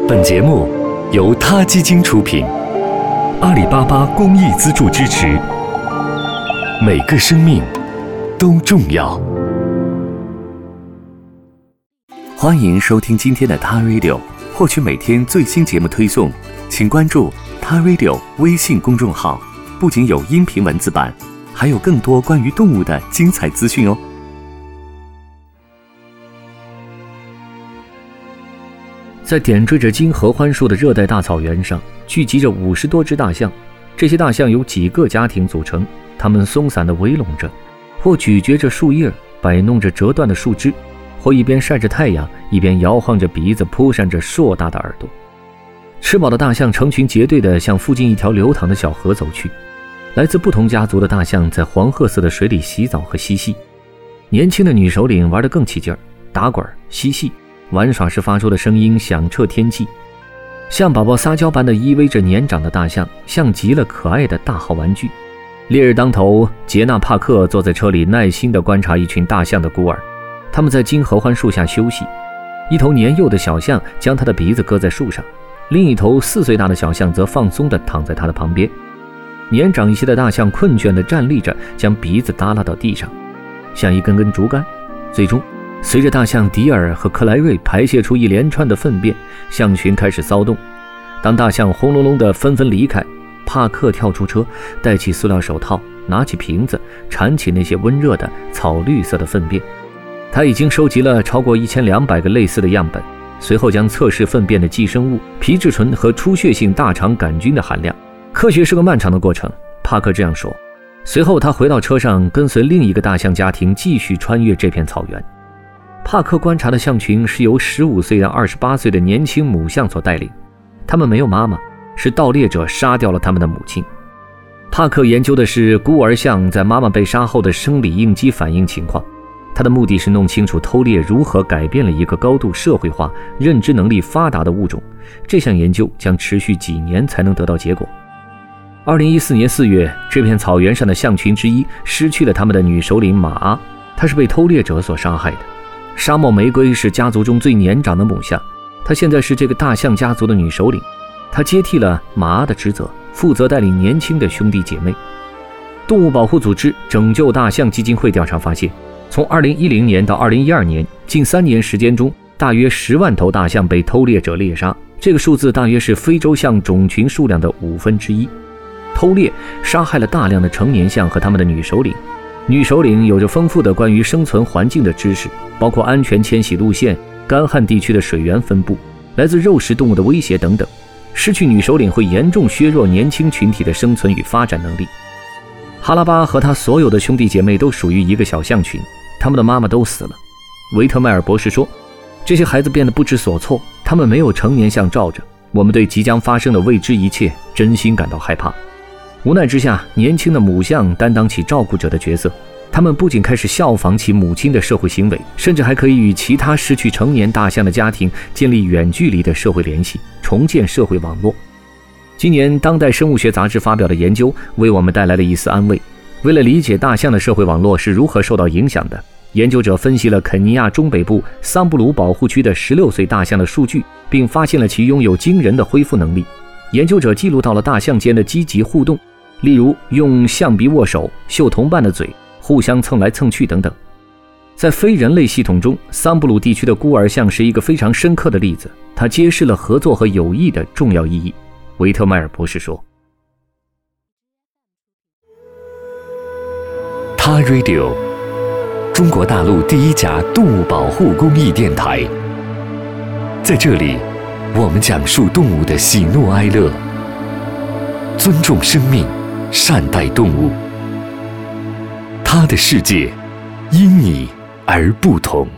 本节目由他基金出品，阿里巴巴公益资助支持。每个生命都重要。欢迎收听今天的他 Radio， 获取每天最新节目推送，请关注他 Radio 微信公众号，不仅有音频文字版，还有更多关于动物的精彩资讯哦。在点缀着金合欢树的热带大草原上，聚集着50多只大象。这些大象由几个家庭组成，它们松散地围拢着，或咀嚼着树叶，摆弄着折断的树枝，或一边晒着太阳，一边摇晃着鼻子，扑扇着硕大的耳朵。吃饱的大象成群结队地向附近一条流淌的小河走去。来自不同家族的大象在黄褐色的水里洗澡和嬉戏。年轻的女首领玩得更起劲儿，打滚嬉戏，玩耍时发出的声音响彻天际。像宝宝撒娇般的依偎着年长的大象，像极了可爱的大号玩具。烈日当头，杰纳·帕克坐在车里，耐心地观察一群大象的孤儿。他们在金合欢树下休息。一头年幼的小象将它的鼻子搁在树上，另一头4岁大的小象则放松地躺在它的旁边。年长一些的大象困倦地站立着，将鼻子耷拉到地上，像一根根竹竿。最终随着大象迪尔和克莱瑞排泄出一连串的粪便，象群开始骚动。当大象轰隆隆地纷纷离开，帕克跳出车，戴起塑料手套，拿起瓶子，铲起那些温热的草绿色的粪便。他已经收集了超过1200个类似的样本，随后将测试粪便的寄生物、皮质醇和出血性大肠杆菌的含量。科学是个漫长的过程，帕克这样说。随后他回到车上，跟随另一个大象家庭继续穿越这片草原。帕克观察的象群是由15岁到28岁的年轻母象所带领，他们没有妈妈，是盗猎者杀掉了他们的母亲。帕克研究的是孤儿象在妈妈被杀后的生理应激反应情况，他的目的是弄清楚偷猎如何改变了一个高度社会化、认知能力发达的物种。这项研究将持续几年才能得到结果。2014年4月，这片草原上的象群之一失去了他们的女首领马阿，她是被偷猎者所杀害的。沙漠玫瑰是家族中最年长的母象，她现在是这个大象家族的女首领。她接替了马阿的职责，负责带领年轻的兄弟姐妹。动物保护组织拯救大象基金会调查发现，从2010年到2012年，近3年时间中，大约10万头大象被偷猎者猎杀，这个数字大约是非洲象种群数量的1/5。偷猎杀害了大量的成年象和他们的女首领。女首领有着丰富的关于生存环境的知识，包括安全迁徙路线、干旱地区的水源分布、来自肉食动物的威胁等等。失去女首领会严重削弱年轻群体的生存与发展能力。哈拉巴和他所有的兄弟姐妹都属于一个小象群，他们的妈妈都死了。维特迈尔博士说，这些孩子变得不知所措，他们没有成年象罩着，我们对即将发生的未知一切真心感到害怕。无奈之下，年轻的母象担当起照顾者的角色，他们不仅开始效仿其母亲的社会行为，甚至还可以与其他失去成年大象的家庭建立远距离的社会联系，重建社会网络。今年《当代生物学杂志》发表的研究为我们带来了一丝安慰。为了理解大象的社会网络是如何受到影响的，研究者分析了肯尼亚中北部桑布鲁保护区的16岁大象的数据，并发现了其拥有惊人的恢复能力。研究者记录到了大象间的积极互动，例如用象鼻握手、嗅同伴的嘴、互相蹭来蹭去等等。在非人类系统中，桑布鲁地区的孤儿象是一个非常深刻的例子，它揭示了合作和友谊的重要意义。维特迈尔博士说。他 Radio， 中国大陆第一家动物保护公益电台。在这里，我们讲述动物的喜怒哀乐，尊重生命，善待动物。他的世界因你而不同。